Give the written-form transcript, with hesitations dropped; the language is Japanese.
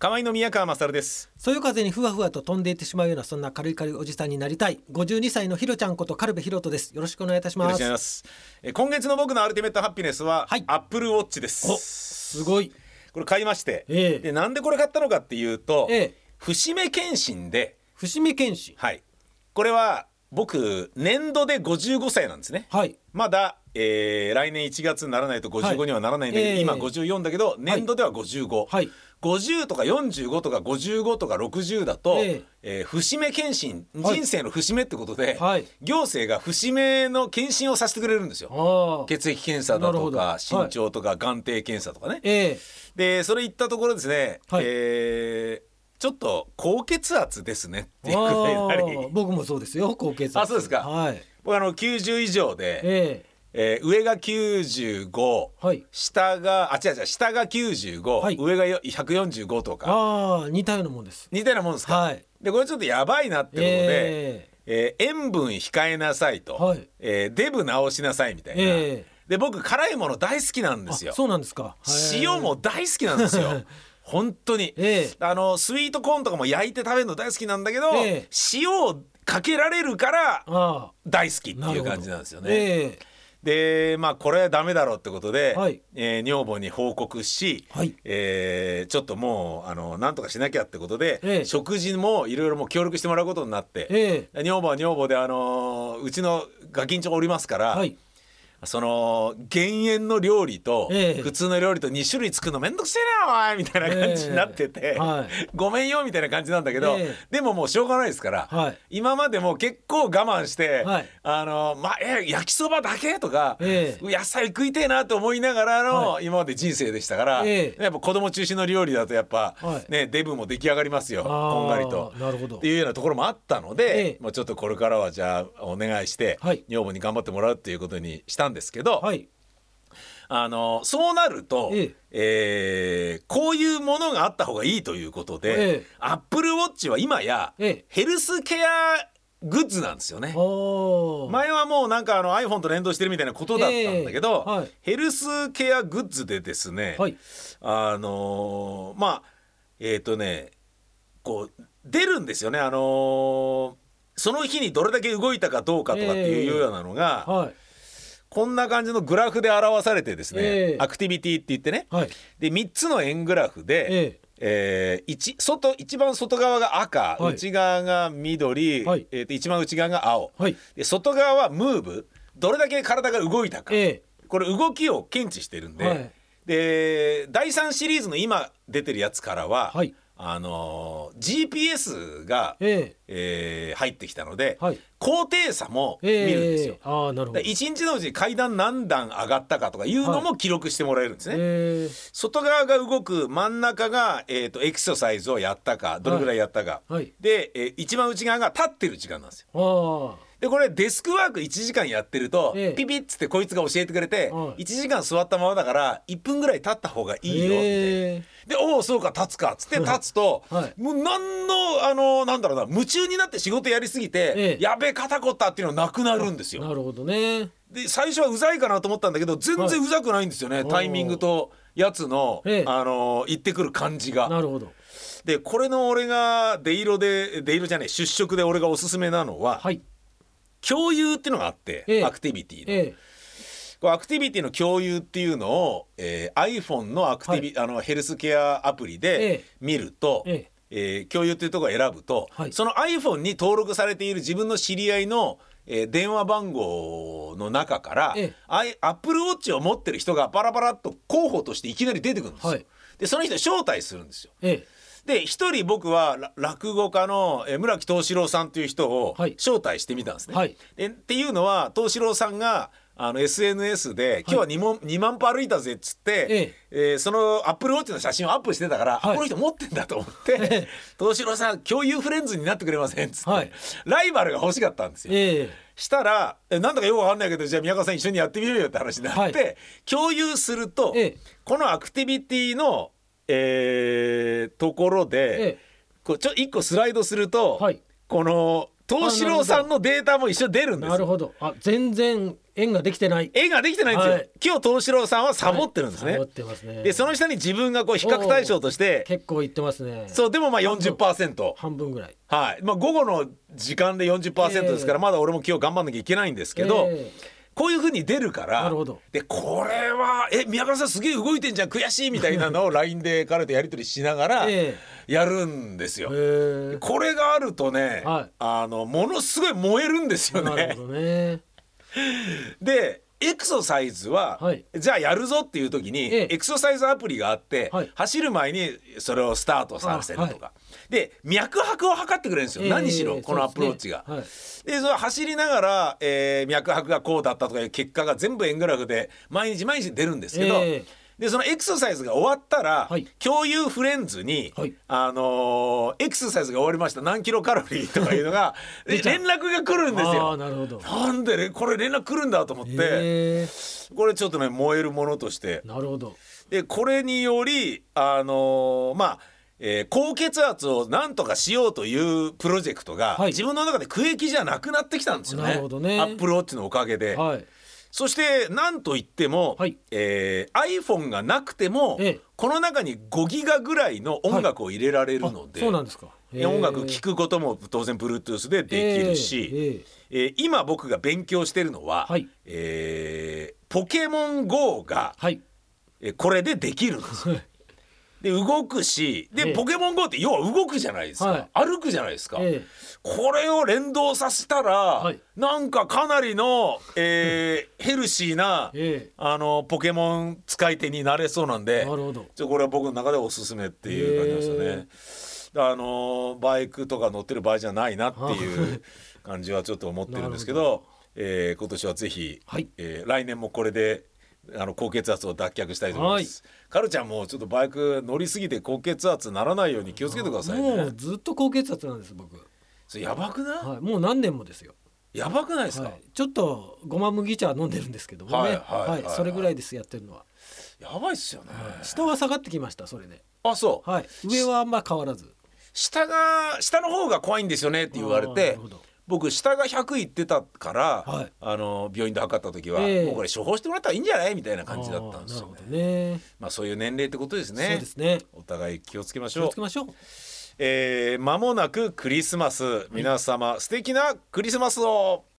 河合の宮川勝です。 そよ風にふわふわと飛んでいってしまうようなそんな軽いおじさんになりたい52歳のひろちゃんこと軽部ひろとです。よろしくお願いいたします。 よろしくお願いします。今月の僕のアルティメットハピネスは、 はい、 アップルウォッチです。 お、すごい。 これ買いまして、でなんでこれ買ったのかっていうと、節目検診で。 節目検診、 はい、これは僕年度で55歳なんですね、 はい、 まだ、来年1月にならないと55にはならないんだけど、今54だけど年度では55、 はい、 50とか45とか55とか60だと、節目検診、人生の節目ってことで、はい、行政が節目の検診をさせてくれるんですよ。血液検査だとか身長とか眼底検査とかね、でそれ言ったところですね、はい、ちょっと高血圧ですねっていうことになり、僕もそうですよ、高血圧。 あ、そうですか、はい、僕90以上で、上が95、はい、下が95、はい、上が145とか。 似たようなもんです。 似たようなもんですか、はい、でこれちょっとやばいなってことで、塩分控えなさいと、はい、デブ直しなさいみたいな、で僕辛いもの大好きなんですよ。 そうなんですか。 塩も大好きなんですよ本当に、スイートコーンとかも焼いて食べるの大好きなんだけど、塩をかけられるから大好きっていう感じなんですよね。でまあこれはダメだろうってことで、はい、女房に報告し、はい、ちょっともうなんとかしなきゃってことで、食事もいろいろもう協力してもらうことになって、女房は女房でうちのガキンチョがおりますから、はい、その減塩の料理と普通の料理と2種類作るのめんどくせえなおいみたいな感じになってて、はい、ごめんよみたいな感じなんだけど、でももうしょうがないですから、はい、今までも結構我慢して、はい、焼きそばだけとか、野菜食いてえなと思いながらの、はい、今まで人生でしたから、やっぱ子供中心の料理だとやっぱ、ね、デブも出来上がりますよ、こんがりと。 なるほど。 っていうようなところもあったので、もうちょっとこれからはじゃあお願いして、はい、女房に頑張ってもらうっていうことにしたんですけど、はい、そうなると、こういうものがあった方がいいということで、アップルウォッチは今や、ヘルスケアグッズなんですよね。前はもうなんかiPhone と連動してるみたいなことだったんだけど、はい、ヘルスケアグッズでですね、はい、まあこう出るんですよね、その日にどれだけ動いたかどうかとかっていうようなのが、はい、こんな感じのグラフで表されてですね、アクティビティって言ってね、はい、で3つの円グラフで、一番外側が赤、はい、内側が緑、はい、一番内側が青、はい、で外側はムーブ、どれだけ体が動いたか、これ動きを検知してるんで、はい、で第3シリーズの今出てるやつからは、はい、GPS が、入ってきたので、はい、高低差も見るんですよ。なるほど。1日のうちに階段何段上がったかとかいうのも記録してもらえるんですね。外側が動く、真ん中が、エクササイズをやったかどれぐらいやったか、はい、で、一番内側が立ってる時間なんですよ。でこれデスクワーク1時間やってると、ピピッつってこいつが教えてくれて、1時間座ったままだから1分ぐらい立った方がいいよみたいな。でおおそうか立つかっつって立つと、はい、もう何のなんだろうな、夢中になって仕事やりすぎて、やべえ肩こったっていうのなくなるんですよ。 なるほどね。 で最初はうざいかなと思ったんだけど全然うざくないんですよね、はい、タイミングとやつの、行ってくる感じが。 なるほど。 でこれの俺が出出色で俺がおすすめなのは、はい、共有っていうのがあって、アクティビティの、アクティビティの共有っていうのを、iPhone のはい、ヘルスケアアプリで見ると、共有っていうところを選ぶと、はい、その iPhone に登録されている自分の知り合いの、電話番号の中から、Apple Watch を持ってる人がパラパラっと候補としていきなり出てくるんですよ、はい、でその人招待するんですよ、で一人僕は落語家の村木東四郎さんという人を招待してみたんですね、はい、でっていうのは東四郎さんがSNS で今日は2万歩歩いたぜっつって、そのアップルウォッチの写真をアップしてたから、この人持ってんだと思って、東四郎さん共有フレンズになってくれませんっつって、ライバルが欲しかったんですよ、したらなんだかよくわかんないけどじゃあ宮川さん一緒にやってみようよって話になって、共有すると、このアクティビティの、ところで、こう1個スライドすると、この東四郎さんのデータも一緒に出るんですよ。 なるほど。全然縁ができてないんですよ、 今日東四郎さんはサボってるんですね、 サボってますね。 でその下に自分がこう比較対象として結構いってますね。 そうでもまあ 40%、 半分ぐらい、 はい、まあ、午後の時間で 40% ですから、まだ俺も今日頑張んなきゃいけないんですけど、こういう風に出るから、 なるほど。 でこれは宮川さんすげえ動いてんじゃん悔しいみたいなのを LINE で彼とやり取りしながらやるんですよ、これがあるとね、 はい、 ものすごい燃えるんですよね。 なるほどね。 でエクソサイズは、はい、じゃあやるぞっていう時に、エクソサイズアプリがあって、はい、走る前にそれをスタートさせるとか、はい、で脈拍を測ってくれるんですよ、何しろこのアプローチが。でそれ走りながら、脈拍がこうだったとかいう結果が全部円グラフで毎日出るんですけど、でそのエクササイズが終わったら、はい、共有フレンズに、はい、エクササイズが終わりました何キロカロリーとかいうのが連絡が来るんですよ。なるほど。なんでねこれ連絡来るんだと思って、これちょっとね燃えるものとして。 なるほど。 でこれにより高血圧をなんとかしようというプロジェクトが、はい、自分の中で苦役じゃなくなってきたんですよね。なるほどね。アップルウォッチのおかげで、はい、そして何といっても、はい、iPhone がなくても、この中に5ギガぐらいの音楽を入れられるので、 そうなんですか。 音楽聴くことも当然 Bluetooth でできるし、今僕が勉強してるのは、はい、ポケモン GO が、はい、これでできるんですよ。で動くしで、ポケモン GO って要は動くじゃないですか、はい、歩くじゃないですか、これを連動させたら、はい、なんかかなりの、ヘルシーな、ポケモン使い手になれそうなんで、なるほど。これは僕の中でおすすめっていう感じですよね。バイクとか乗ってる場合じゃないなっていう感じはちょっと思ってるんですけど、今年はぜひ、はい、来年もこれで高血圧を脱却したいと思います。はい、カルちゃんもちょっとバイク乗りすぎて高血圧ならないように気をつけてくださいね。 もうずっと高血圧なんです僕。 それやばくない？ はい、もう何年もですよ。 やばくないですか？はい、 ちょっとごま麦茶は飲んでるんですけどもね、それぐらいですやってるのは。 やばいっすよね。 下は下がってきましたそれで。 あ、そう。 はい。上はあんま変わらず。 下の方が怖いんですよねって言われて。僕下が100いってたから、はい、病院で測った時は、もうこれ処方してもらったらいいんじゃないみたいな感じだったんですよ ね。まあそういう年齢ってことですね。 そうですね。 お互い気をつけましょう。 気をつけましょう。 間もなくクリスマス、皆様、素敵なクリスマスを。